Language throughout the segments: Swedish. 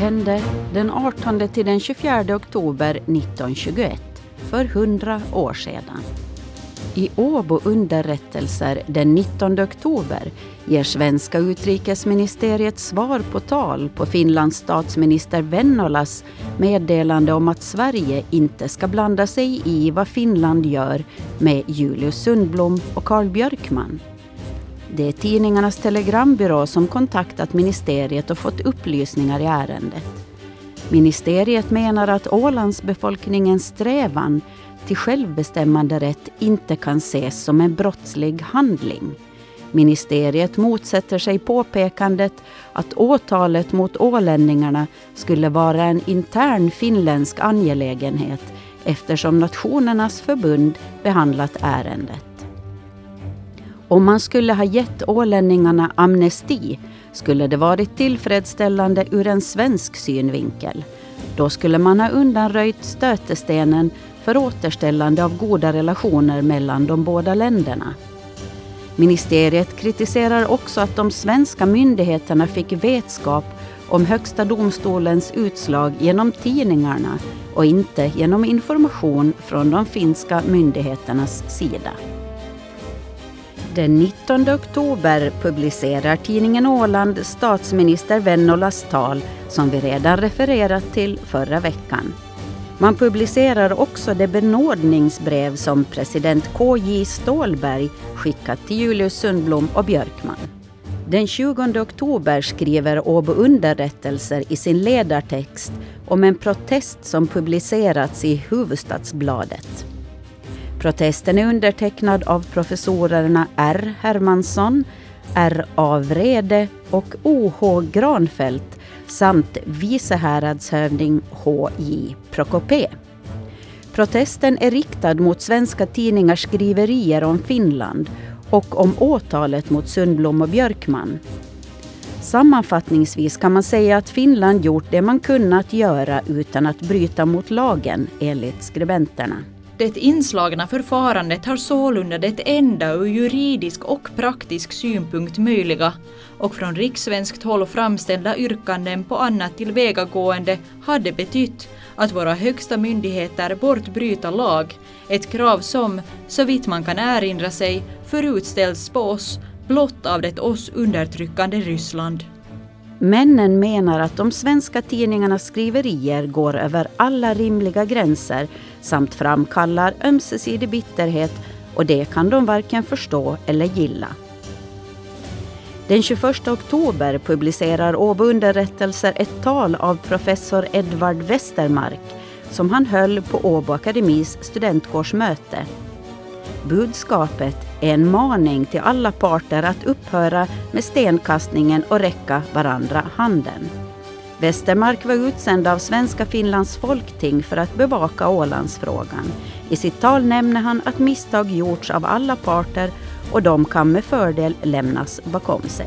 hände den 18 till den 24 oktober 1921, för 100 år sedan. I Åbo underrättelser den 19 oktober ger svenska utrikesministeriet svar på tal på Finlands statsminister Vennolas meddelande om att Sverige inte ska blanda sig i vad Finland gör med Julius Sundblom och Carl Björkman. Det är tidningarnas telegrambyrå som kontaktat ministeriet och fått upplysningar i ärendet. Ministeriet menar att Ålandsbefolkningens strävan till självbestämmande rätt inte kan ses som en brottslig handling. Ministeriet motsätter sig påpekandet att åtalet mot ålänningarna skulle vara en intern finländsk angelägenhet eftersom Nationernas förbund behandlat ärendet. Om man skulle ha gett ålänningarna amnesti skulle det varit tillfredsställande ur en svensk synvinkel. Då skulle man ha undanröjt stötestenen för återställande av goda relationer mellan de båda länderna. Ministeriet kritiserar också att de svenska myndigheterna fick vetskap om Högsta domstolens utslag genom tidningarna och inte genom information från de finska myndigheternas sida. Den 19 oktober publicerar tidningen Åland statsminister Vennolas tal som vi redan refererat till förra veckan. Man publicerar också det benådningsbrev som president K.J. Ståhlberg skickat till Julius Sundblom och Björkman. Den 20 oktober skriver Åbo underrättelser i sin ledartext om en protest som publicerats i Hufvudstadsbladet. Protesten är undertecknad av professorerna R. Hermansson, R. A. Vrede och O.H. Granfeldt samt vicehäradshövding H.J. Prokopé. Protesten är riktad mot svenska tidningars skriverier om Finland och om åtalet mot Sundblom och Björkman. Sammanfattningsvis kan man säga att Finland gjort det man kunnat göra utan att bryta mot lagen, enligt skribenterna. Det inslagna förfarandet har sålunda det enda ur juridisk och praktisk synpunkt möjliga och från rikssvenskt håll framställda yrkanden på annat tillvägagående hade betytt att våra högsta myndigheter bortbryta lag, ett krav som, så vitt man kan erinra sig, förutställs på oss blott av det oss undertryckande Ryssland. Männen menar att de svenska tidningarnas skriverier går över alla rimliga gränser samt framkallar ömsesidig bitterhet och det kan de varken förstå eller gilla. Den 21 oktober publicerar Åbo underrättelser ett tal av professor Edvard Westermark som han höll på Åbo Akademis studentkårsmöte. Budskapet är en maning till alla parter att upphöra med stenkastningen och räcka varandra handen. Westermark var utsänd av Svenska Finlands folkting för att bevaka Ålandsfrågan. I sitt tal nämner han att misstag gjorts av alla parter och de kan med fördel lämnas bakom sig.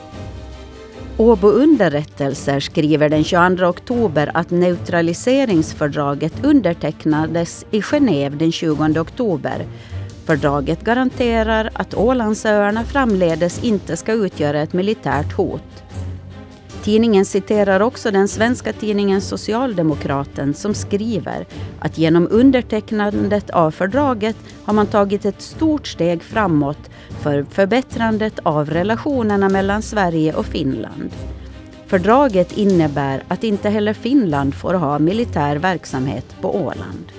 Åbo underrättelser skriver den 22 oktober att neutraliseringsfördraget undertecknades i Genève den 20 oktober. Fördraget garanterar att Ålandsöarna framledes inte ska utgöra ett militärt hot. Tidningen citerar också den svenska tidningen Socialdemokraten som skriver att genom undertecknandet av fördraget har man tagit ett stort steg framåt för förbättrandet av relationerna mellan Sverige och Finland. Fördraget innebär att inte heller Finland får ha militär verksamhet på Åland.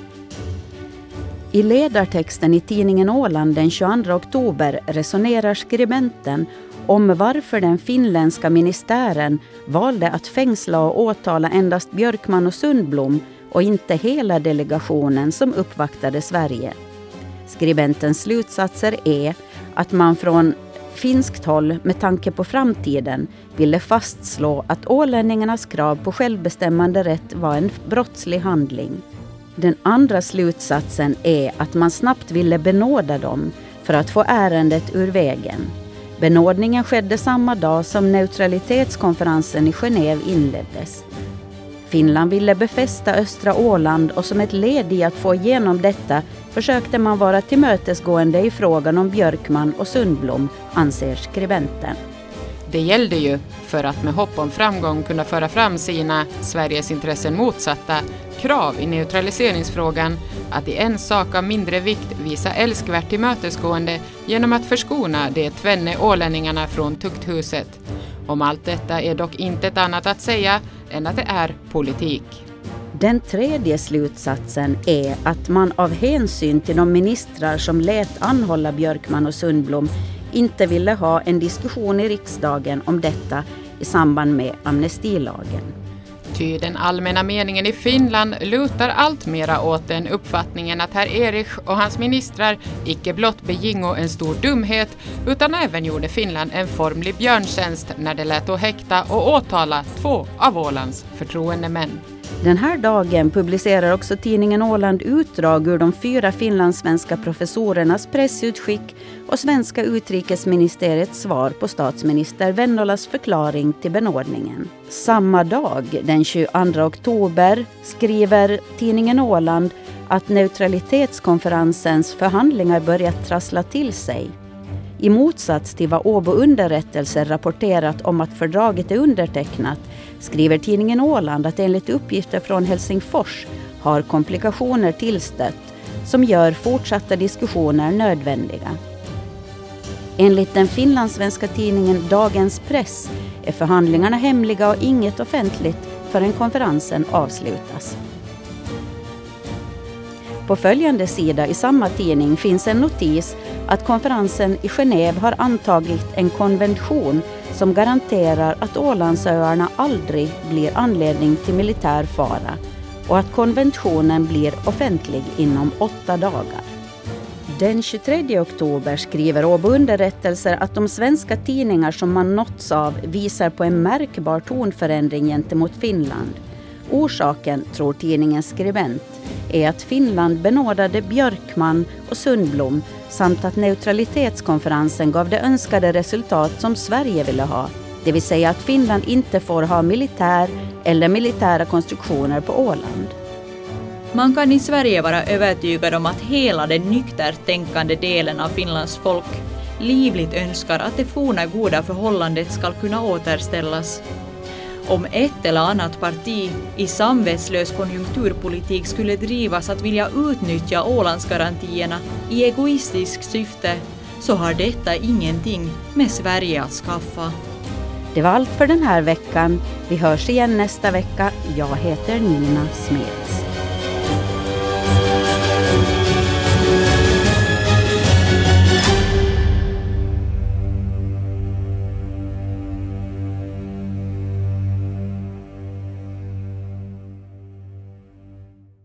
I ledartexten i tidningen Åland den 22 oktober resonerar skribenten om varför den finländska ministären valde att fängsla och åtala endast Björkman och Sundblom och inte hela delegationen som uppvaktade Sverige. Skribentens slutsatser är att man från finskt håll med tanke på framtiden ville fastslå att ålänningarnas krav på självbestämmande rätt var en brottslig handling. Den andra slutsatsen är att man snabbt ville benåda dem för att få ärendet ur vägen. Benådningen skedde samma dag som neutralitetskonferensen i Genève inleddes. Finland ville befästa östra Åland och som ett led i att få igenom detta försökte man vara tillmötesgående i frågan om Björkman och Sundblom, anser skribenten. Det gällde ju, för att med hopp om framgång kunna föra fram sina, Sveriges intressen motsatta, krav i neutraliseringsfrågan, att i en sak av mindre vikt visa älskvärt tillmötesgående genom att förskona de tvenne ålänningarna från tukthuset. Om allt detta är dock inte ett annat att säga än att det är politik. Den tredje slutsatsen är att man av hänsyn till de ministrar som lät anhålla Björkman och Sundblom inte ville ha en diskussion i riksdagen om detta i samband med amnestilagen. Ty den allmänna meningen i Finland lutar allt mera åt den uppfattningen att herr Erich och hans ministrar icke blott begingo en stor dumhet utan även gjorde Finland en formlig björntjänst när det lät att häkta och åtala 2 av Ålands förtroendemän. Den här dagen publicerar också tidningen Åland utdrag ur de 4 finlandssvenska professorernas pressutskick och svenska utrikesministeriets svar på statsminister Vennolas förklaring till benådningen. Samma dag, den 22 oktober, skriver tidningen Åland att neutralitetskonferensens förhandlingar börjat trassla till sig. I motsats till vad Åbo underrättelser rapporterat om att fördraget är undertecknat skriver tidningen Åland att enligt uppgifter från Helsingfors har komplikationer tillstött som gör fortsatta diskussioner nödvändiga. Enligt den finlandssvenska tidningen Dagens Press är förhandlingarna hemliga och inget offentligt förrän konferensen avslutas. På följande sida i samma tidning finns en notis att konferensen i Genève har antagit en konvention som garanterar att Ålandsöarna aldrig blir anledning till militär fara och att konventionen blir offentlig inom 8 dagar. Den 23 oktober skriver Åbo underrättelser att de svenska tidningar som man nåtts av visar på en märkbar tonförändring gentemot Finland. Orsaken, tror tidningens skribent, är att Finland benådade Björkman och Sundblom samt att neutralitetskonferensen gav det önskade resultat som Sverige ville ha, det vill säga att Finland inte får ha militär eller militära konstruktioner på Åland. Man kan i Sverige vara övertygad om att hela den nyktert tänkande delen av Finlands folk livligt önskar att det forna goda förhållandet ska kunna återställas. Om ett eller annat parti i samvetslös konjunkturpolitik skulle drivas att vilja utnyttja Ålandsgarantierna i egoistiskt syfte, så har detta ingenting med Sverige att skaffa. Det var allt för den här veckan. Vi hörs igen nästa vecka. Jag heter Nina Smed.